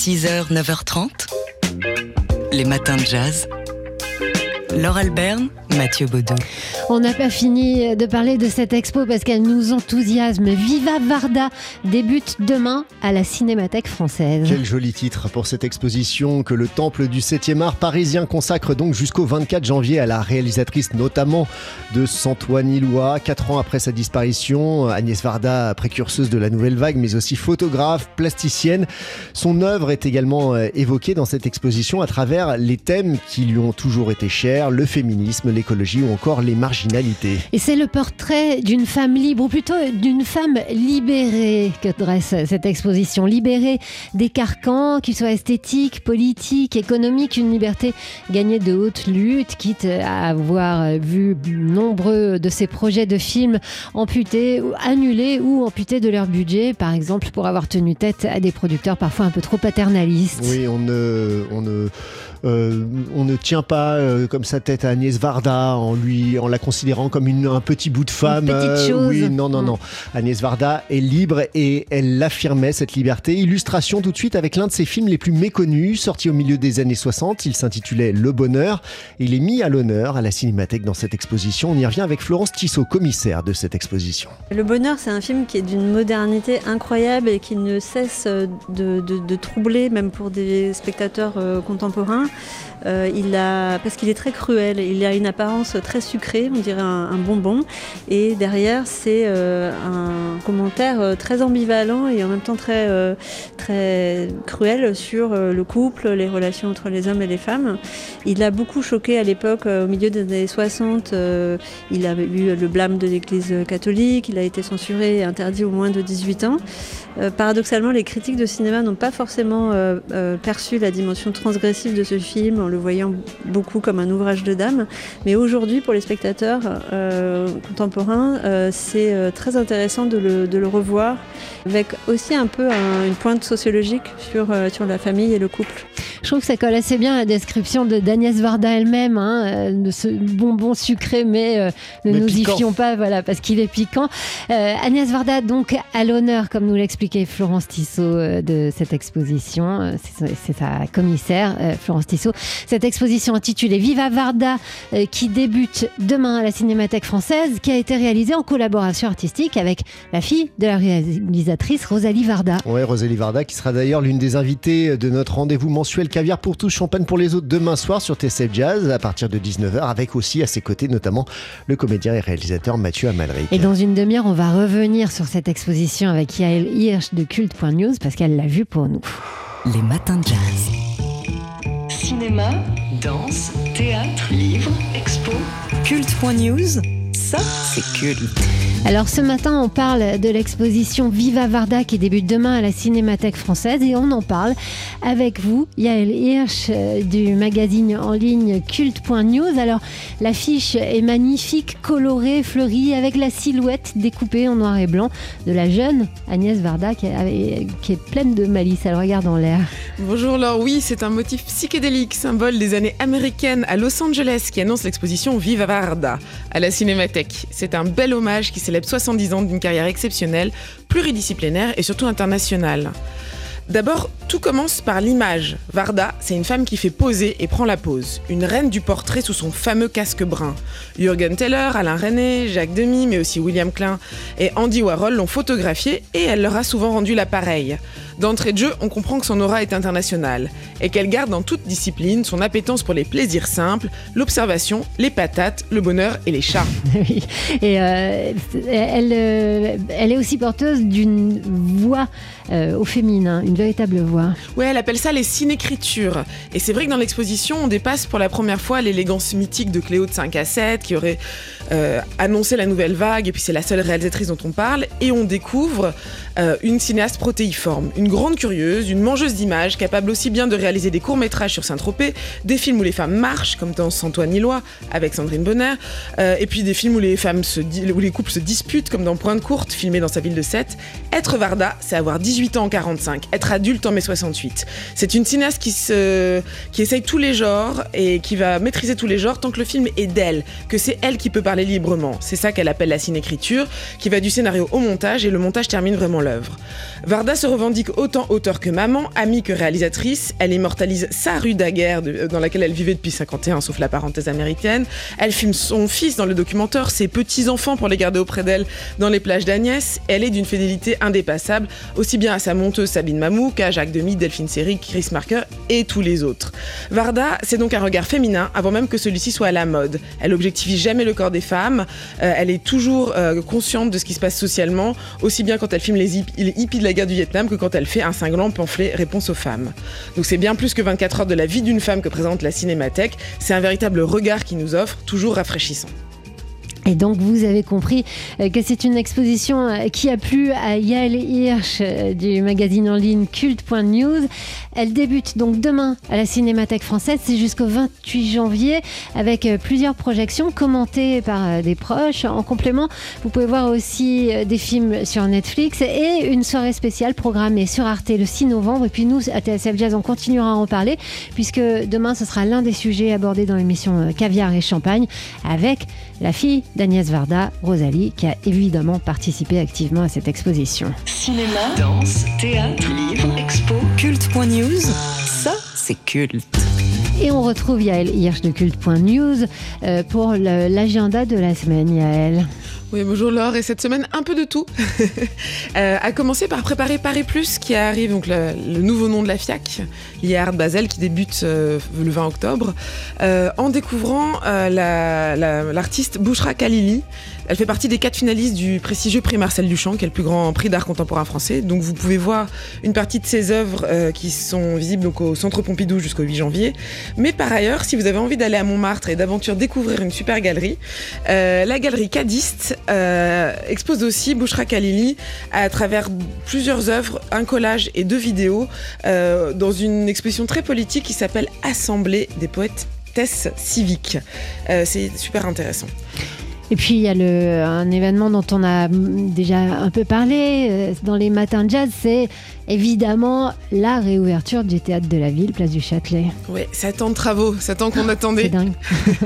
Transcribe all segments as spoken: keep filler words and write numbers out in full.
six heures, neuf heures trente, les matins de jazz. Laure Alberne, Mathieu Baudou. On n'a pas fini de parler de cette expo parce qu'elle nous enthousiasme. Viva Varda débute demain à la Cinémathèque française. Quel joli titre pour cette exposition que le Temple du septième art parisien consacre donc jusqu'au vingt-quatre janvier à la réalisatrice notamment de Santoine-Illois. Quatre ans après sa disparition, Agnès Varda, précurseuse de la nouvelle vague, mais aussi photographe, plasticienne. Son œuvre est également évoquée dans cette exposition à travers les thèmes qui lui ont toujours été chers, le féminisme, l'écologie ou encore les marginalités. Et c'est le portrait d'une femme libre, ou plutôt d'une femme libérée que dresse cette exposition. Libérée des carcans, qu'ils soient esthétiques, politiques, économiques, une liberté gagnée de haute lutte, quitte à avoir vu nombreux de ses projets de films amputés, annulés ou amputés de leur budget, par exemple pour avoir tenu tête à des producteurs parfois un peu trop paternalistes. Oui, on ne... On ne... Euh, on ne tient pas euh, comme sa tête à Agnès Varda en, lui, en la considérant comme une, un petit bout de femme. Une petite chose. Euh, oui, non, non, non. Agnès Varda est libre et elle l'affirmait, cette liberté. Illustration tout de suite avec l'un de ses films les plus méconnus, sorti au milieu des années soixante. Il s'intitulait Le Bonheur. Il est mis à l'honneur à la Cinémathèque dans cette exposition. On y revient avec Florence Tissot, commissaire de cette exposition. Le Bonheur, c'est un film qui est d'une modernité incroyable et qui ne cesse de, de, de troubler, même pour des spectateurs euh, contemporains. Euh, il a, parce qu'il est très cruel, il a une apparence très sucrée, on dirait un, un bonbon, et derrière c'est euh, un commentaire très ambivalent et en même temps très, euh, très cruel sur euh, le couple, les relations entre les hommes et les femmes. Il a beaucoup choqué à l'époque, euh, au milieu des années soixante, euh, il a eu le blâme de l'Église catholique, il a été censuré et interdit aux moins de dix-huit ans. Euh, paradoxalement, les critiques de cinéma n'ont pas forcément euh, euh, perçu la dimension transgressive de ce film en le voyant beaucoup comme un ouvrage de dame. Mais aujourd'hui, pour les spectateurs euh, contemporains, euh, c'est euh, très intéressant de le, de le revoir avec aussi un peu un, une pointe sociologique sur, euh, sur la famille et le couple. Je trouve que ça colle assez bien à la description de d'Agnès Varda elle-même, hein, de ce bonbon sucré, mais euh, ne mais nous piquant. y fions pas, voilà, parce qu'il est piquant. Euh, Agnès Varda, donc, à l'honneur, comme nous l'expliquait Florence Tissot euh, de cette exposition. Euh, c'est, c'est sa commissaire, euh, Florence Tissot. Cette exposition intitulée Viva Varda, euh, qui débute demain à la Cinémathèque française, qui a été réalisée en collaboration artistique avec la fille de la réalisatrice Rosalie Varda. Oui, Rosalie Varda, qui sera d'ailleurs l'une des invitées de notre rendez-vous mensuel Caviar pour tous, champagne pour les autres demain soir sur T C F Jazz à partir de dix-neuf heures, avec aussi à ses côtés notamment le comédien et réalisateur Mathieu Amalric. Et dans une demi-heure, on va revenir sur cette exposition avec Yael Hirsch de Culte point News parce qu'elle l'a vue pour nous. Les matins de jazz. Cinéma, danse, théâtre, livres, expo. Culte point News, ça c'est culte. Alors ce matin, on parle de l'exposition Viva Varda qui débute demain à la Cinémathèque française et on en parle avec vous, Yael Hirsch du magazine en ligne Culte point News. Alors l'affiche est magnifique, colorée, fleurie, avec la silhouette découpée en noir et blanc de la jeune Agnès Varda qui est, qui est pleine de malice. Elle regarde en l'air. Bonjour Laure, oui, c'est un motif psychédélique, symbole des années américaines à Los Angeles qui annonce l'exposition Viva Varda à la Cinémathèque. C'est un bel hommage qui célèbre soixante-dix ans d'une carrière exceptionnelle, pluridisciplinaire et surtout internationale. D'abord, tout commence par l'image. Varda, c'est une femme qui fait poser et prend la pose. Une reine du portrait sous son fameux casque brun. Jürgen Teller, Alain Resnais, Jacques Demy, mais aussi William Klein et Andy Warhol l'ont photographiée et elle leur a souvent rendu l'appareil. D'entrée de jeu, on comprend que son aura est internationale et qu'elle garde dans toute discipline son appétence pour les plaisirs simples, l'observation, les patates, le bonheur et les chats. Oui, et euh, elle, euh, elle est aussi porteuse d'une voix euh, au féminin, une véritable voix. Oui, elle appelle ça les cinécritures. Et c'est vrai que dans l'exposition, on dépasse pour la première fois l'élégance mythique de Cléo de cinq à sept qui aurait euh, annoncé la nouvelle vague, et puis c'est la seule réalisatrice dont on parle, et on découvre euh, une cinéaste protéiforme, une grande curieuse, une mangeuse d'images, capable aussi bien de réaliser des courts-métrages sur Saint-Tropez, des films où les femmes marchent, comme dans Santoine-Illois, avec Sandrine Bonner, euh, et puis des films où les, femmes se di- où les couples se disputent, comme dans Pointe Courte, filmé dans sa ville de Sète. Être Varda, c'est avoir dix-huit ans en quarante-cinq, être théâtre adulte en mai soixante-huit. C'est une cinéaste qui, se, qui essaye tous les genres et qui va maîtriser tous les genres tant que le film est d'elle, que c'est elle qui peut parler librement. C'est ça qu'elle appelle la cinécriture, qui va du scénario au montage, et le montage termine vraiment l'œuvre. Varda se revendique autant auteur que maman, amie que réalisatrice. Elle immortalise sa rue Daguerre, de, dans laquelle elle vivait depuis cinquante et un, sauf la parenthèse américaine. Elle filme son fils dans le documentaire, ses petits-enfants pour les garder auprès d'elle dans les plages d'Agnès. Elle est d'une fidélité indépassable, aussi bien à sa monteuse Sabine Mamou qu'à Jacques Demy, Delphine Seyrig, Chris Marker et tous les autres. Varda, c'est donc un regard féminin avant même que celui-ci soit à la mode. Elle objectifie jamais le corps des femmes, euh, elle est toujours euh, consciente de ce qui se passe socialement, aussi bien quand elle filme les, hip- les hippies de la guerre du Vietnam que quand elle fait un cinglant pamphlet Réponse aux femmes. Donc c'est bien plus que vingt-quatre heures de la vie d'une femme que présente la Cinémathèque, c'est un véritable regard qui nous offre, toujours rafraîchissant. Et donc, vous avez compris que c'est une exposition qui a plu à Yael Hirsch du magazine en ligne culte point news. Elle débute donc demain à la Cinémathèque française. C'est jusqu'au vingt-huit janvier avec plusieurs projections commentées par des proches. En complément, vous pouvez voir aussi des films sur Netflix et une soirée spéciale programmée sur Arte le six novembre. Et puis nous, à T S F Jazz, on continuera à en parler puisque demain, ce sera l'un des sujets abordés dans l'émission Caviar et Champagne avec la fille d'Agnès Varda, Rosalie, qui a évidemment participé activement à cette exposition. Cinéma, danse, théâtre, livre, expo, culte point news, ça c'est culte. Et on retrouve Yael Hirsch de culte point news euh, pour le, l'agenda de la semaine, Yael. Oui, bonjour Laure, et cette semaine, un peu de tout. euh, à commencer par préparer Paris Plus, qui arrive, donc le, le nouveau nom de la FIAC, lié à Art Basel, qui débute euh, le vingt octobre, euh, en découvrant euh, la, la, l'artiste Bouchra Khalili. Elle fait partie des quatre finalistes du prestigieux prix Marcel Duchamp, qui est le plus grand prix d'art contemporain français. Donc vous pouvez voir une partie de ses œuvres euh, qui sont visibles donc, au Centre Pompidou jusqu'au huit janvier. Mais par ailleurs, si vous avez envie d'aller à Montmartre et d'aventure découvrir une super galerie, euh, la galerie Cadiste Euh, expose aussi Bouchra Khalili à travers plusieurs œuvres, un collage et deux vidéos euh, dans une exposition très politique qui s'appelle Assemblée des poétesses civiques. Euh, c'est super intéressant. Et puis il y a le, un événement dont on a déjà un peu parlé euh, dans les matins de jazz, c'est évidemment la réouverture du théâtre de la ville, place du Châtelet. Oui, ça tant de travaux, ça tant qu'on attendait. C'est dingue.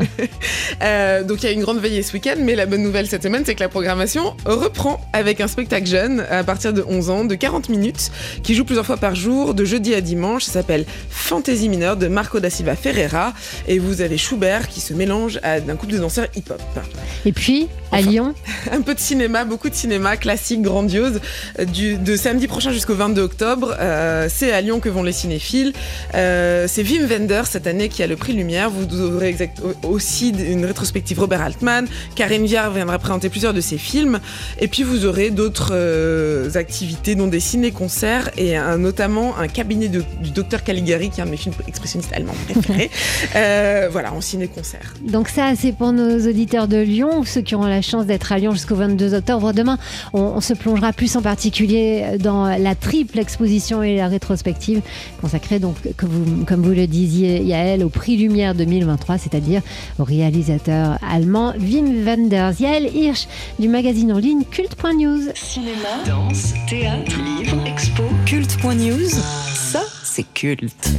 euh, donc il y a une grande veillée ce week-end, mais la bonne nouvelle cette semaine, c'est que la programmation reprend avec un spectacle jeune à partir de onze ans, de quarante minutes, qui joue plusieurs fois par jour, de jeudi à dimanche. Ça s'appelle Fantaisie mineure de Marco da Silva Ferreira, et vous avez Schubert qui se mélange à un couple de danseurs hip-hop. Et puis, à enfin, Lyon, un peu de cinéma, beaucoup de cinéma classique, grandiose, du, de samedi prochain jusqu'au vingt-deux octobre. Euh, c'est à Lyon que vont les cinéphiles. Euh, c'est Wim Wenders cette année qui a le prix Lumière. Vous aurez exact, aussi une rétrospective Robert Altman. Karine Viard viendra présenter plusieurs de ses films. Et puis vous aurez d'autres euh, activités, dont des ciné-concerts et un, notamment un cabinet de, du docteur Caligari, qui est un de mes films expressionnistes allemands préférés. euh, voilà, en ciné-concert. Donc ça, c'est pour nos auditeurs de Lyon, ou ceux qui auront la chance d'être à Lyon jusqu'au vingt-deux octobre. Demain, on, on se plongera plus en particulier dans la triple exposition et la rétrospective consacrée, donc, que vous, comme vous le disiez, Yael, au prix Lumière deux mille vingt-trois, c'est-à-dire au réalisateur allemand Wim Wenders. Yael Hirsch du magazine en ligne culte point news. Cinéma, danse, théâtre, livre, expo, culte point news, ça c'est culte.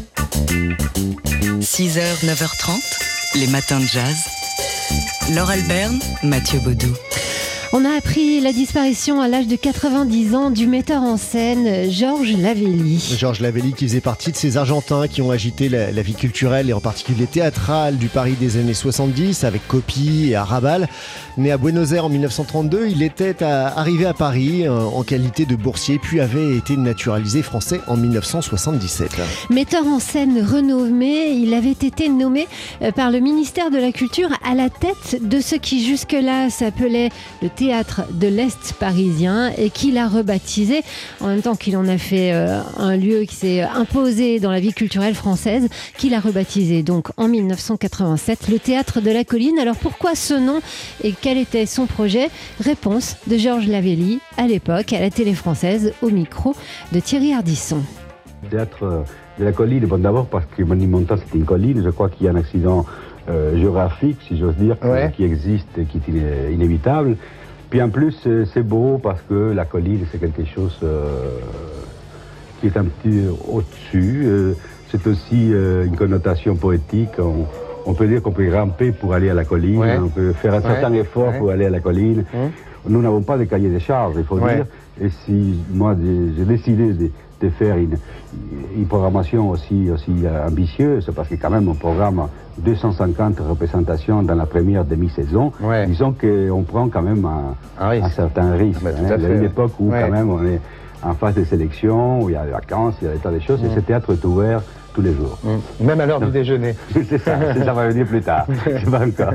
six heures, neuf heures trente, les matins de jazz. Laure Alberne, Mathieu Baudou. On a appris la disparition à l'âge de quatre-vingt-dix ans du metteur en scène Georges Lavelli. Georges Lavelli qui faisait partie de ces Argentins qui ont agité la, la vie culturelle et en particulier théâtrale du Paris des années soixante-dix avec Coppi et Arrabal. Né à Buenos Aires en dix-neuf cent trente-deux, il était à, arrivé à Paris euh, en qualité de boursier puis avait été naturalisé français en dix-neuf cent soixante-dix-sept. Metteur en scène renommé, il avait été nommé euh, par le ministère de la Culture à la tête de ce qui jusque-là s'appelait le théâtre de l'Est parisien et qu'il a rebaptisé, en même temps qu'il en a fait euh, un lieu qui s'est imposé dans la vie culturelle française, qu'il a rebaptisé donc en dix-neuf cent quatre-vingt-sept le Théâtre de la Colline. Alors pourquoi ce nom et quel était son projet? Réponse de Georges Lavelli à l'époque à la télé française au micro de Thierry Ardisson. Le Théâtre de la Colline, bon, d'abord parce que Monumental c'est une colline, je crois qu'il y a un accident euh, géographique, si j'ose dire, ouais. qui existe et qui est inévitable. Puis en plus, c'est beau parce que la colline, c'est quelque chose euh, qui est un petit au-dessus. Euh, c'est aussi euh, une connotation poétique. On, on peut dire qu'on peut grimper pour aller à la colline, ouais. on peut faire un certain ouais. effort ouais. pour aller à la colline. Mmh. Nous n'avons pas de cahier des charges, il faut ouais. dire. Et si moi j'ai, j'ai décidé de, de faire une, une programmation aussi, aussi ambitieuse, parce que quand même on programme deux cent cinquante représentations dans la première demi-saison, ouais. disons qu'on prend quand même un, ah oui. un certain risque. Ah bah, hein. Il y a une époque où ouais. quand même on est en phase de sélection, où il y a des vacances, il y a des tas de choses, mmh. et ce théâtre est ouvert tous les jours. Mmh. Même à l'heure du déjeuner. C'est ça, c'est ça va venir plus tard. C'est pas encore.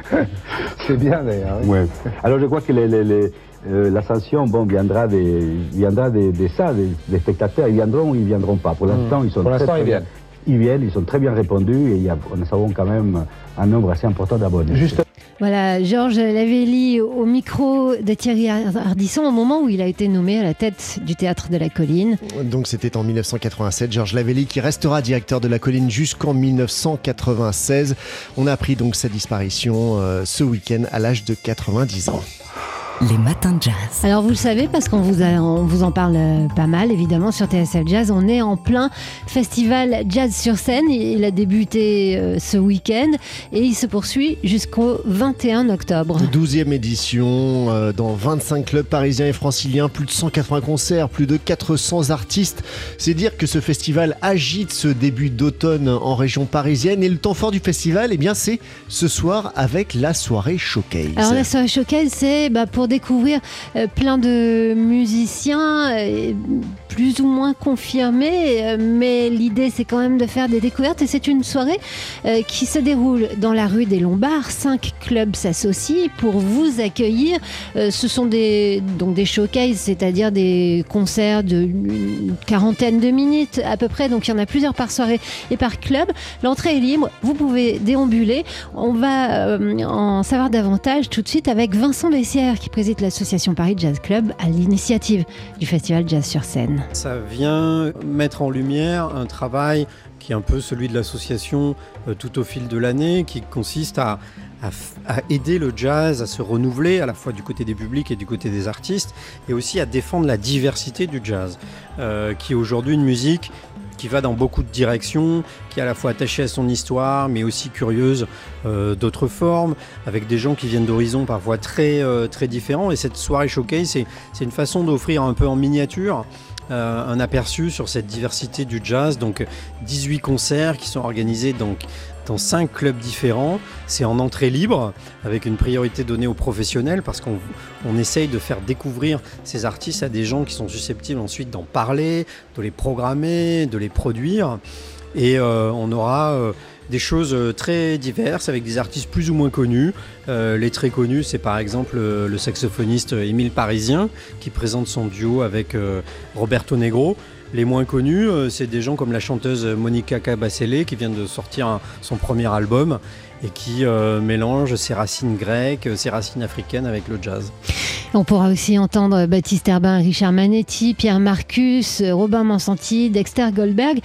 C'est bien d'ailleurs. Oui. Ouais. Alors je crois que les, les, les, euh, l'ascension bon, viendra de viendra de, de ça, des, des spectateurs. Ils viendront ou ils viendront pas. Pour l'instant, mmh. ils sont Pour très, l'instant, très, ils viennent. Ils viennent, ils sont très bien répondus et il y a, nous avons quand même un nombre assez important d'abonnés. Juste... Voilà, Georges Lavelli au micro de Thierry Ardisson au moment où il a été nommé à la tête du Théâtre de la Colline. Donc c'était en dix-neuf cent quatre-vingt-sept, Georges Lavelli qui restera directeur de la Colline jusqu'en dix-neuf cent quatre-vingt-seize. On a appris donc sa disparition euh, ce week-end à l'âge de quatre-vingt-dix ans. Les matins de jazz. Alors vous le savez parce qu'on vous, a, on vous en parle pas mal évidemment sur T S F Jazz. On est en plein festival Jazz sur scène. Il a débuté euh, ce week-end et il se poursuit jusqu'au vingt et un octobre. douzième édition euh, dans vingt-cinq clubs parisiens et franciliens, plus de cent quatre-vingts concerts, plus de quatre cents artistes. C'est dire que ce festival agite ce début d'automne en région parisienne. Et le temps fort du festival, eh bien, c'est ce soir avec la soirée Showcase. Alors la soirée Showcase, c'est bah, pour découvrir euh, plein de musiciens euh, plus ou moins confirmés, euh, mais l'idée c'est quand même de faire des découvertes et c'est une soirée euh, qui se déroule dans la rue des Lombards. Cinq clubs s'associent pour vous accueillir. Euh, ce sont des, donc des showcases, c'est-à-dire des concerts de une quarantaine de minutes à peu près, donc il y en a plusieurs par soirée et par club. L'entrée est libre, vous pouvez déambuler. On va euh, en savoir davantage tout de suite avec Vincent Bessières qui préside l'association Paris Jazz Club à l'initiative du festival Jazz sur scène. Ça vient mettre en lumière un travail qui est un peu celui de l'association euh, tout au fil de l'année, qui consiste à, à, à aider le jazz à se renouveler à la fois du côté des publics et du côté des artistes, et aussi à défendre la diversité du jazz, euh, qui est aujourd'hui une musique qui va dans beaucoup de directions, qui est à la fois attachée à son histoire, mais aussi curieuse euh, d'autres formes, avec des gens qui viennent d'horizons parfois très, euh, très différents. Et cette soirée Showcase, c'est, c'est une façon d'offrir un peu en miniature euh, un aperçu sur cette diversité du jazz. Donc dix-huit concerts qui sont organisés donc, dans cinq clubs différents. C'est en entrée libre, avec une priorité donnée aux professionnels, parce qu'on on essaye de faire découvrir ces artistes à des gens qui sont susceptibles ensuite d'en parler, de les programmer, de les produire. Et euh, on aura euh, des choses très diverses, avec des artistes plus ou moins connus. Euh, les très connus, c'est par exemple euh, le saxophoniste Émile Parisien, qui présente son duo avec euh, Roberto Negro. Les moins connus, euh, c'est des gens comme la chanteuse Monica Cabacele qui vient de sortir un, son premier album et qui euh, mélange ses racines grecques, ses racines africaines avec le jazz. On pourra aussi entendre Baptiste Herbin, Richard Manetti, Pierre Marcus, Robin Mansanti, Dexter Goldberg.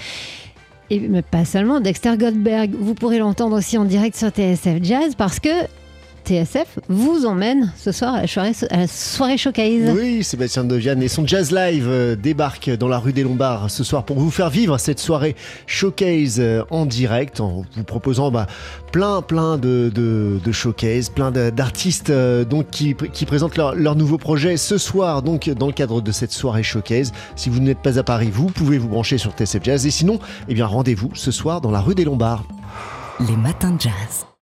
Et mais pas seulement, Dexter Goldberg, vous pourrez l'entendre aussi en direct sur T S F Jazz parce que T S F vous emmène ce soir à la soirée, à la soirée Showcase. Oui, Sébastien Deviane et son Jazz Live euh, débarquent dans la rue des Lombards ce soir pour vous faire vivre cette soirée Showcase euh, en direct, en vous proposant bah, plein plein de, de, de showcase, plein de, d'artistes euh, donc, qui, qui présentent leur, leur nouveau projet ce soir donc, dans le cadre de cette soirée Showcase. Si vous n'êtes pas à Paris, vous pouvez vous brancher sur T S F Jazz et sinon, eh bien, rendez-vous ce soir dans la rue des Lombards. Les matins de jazz.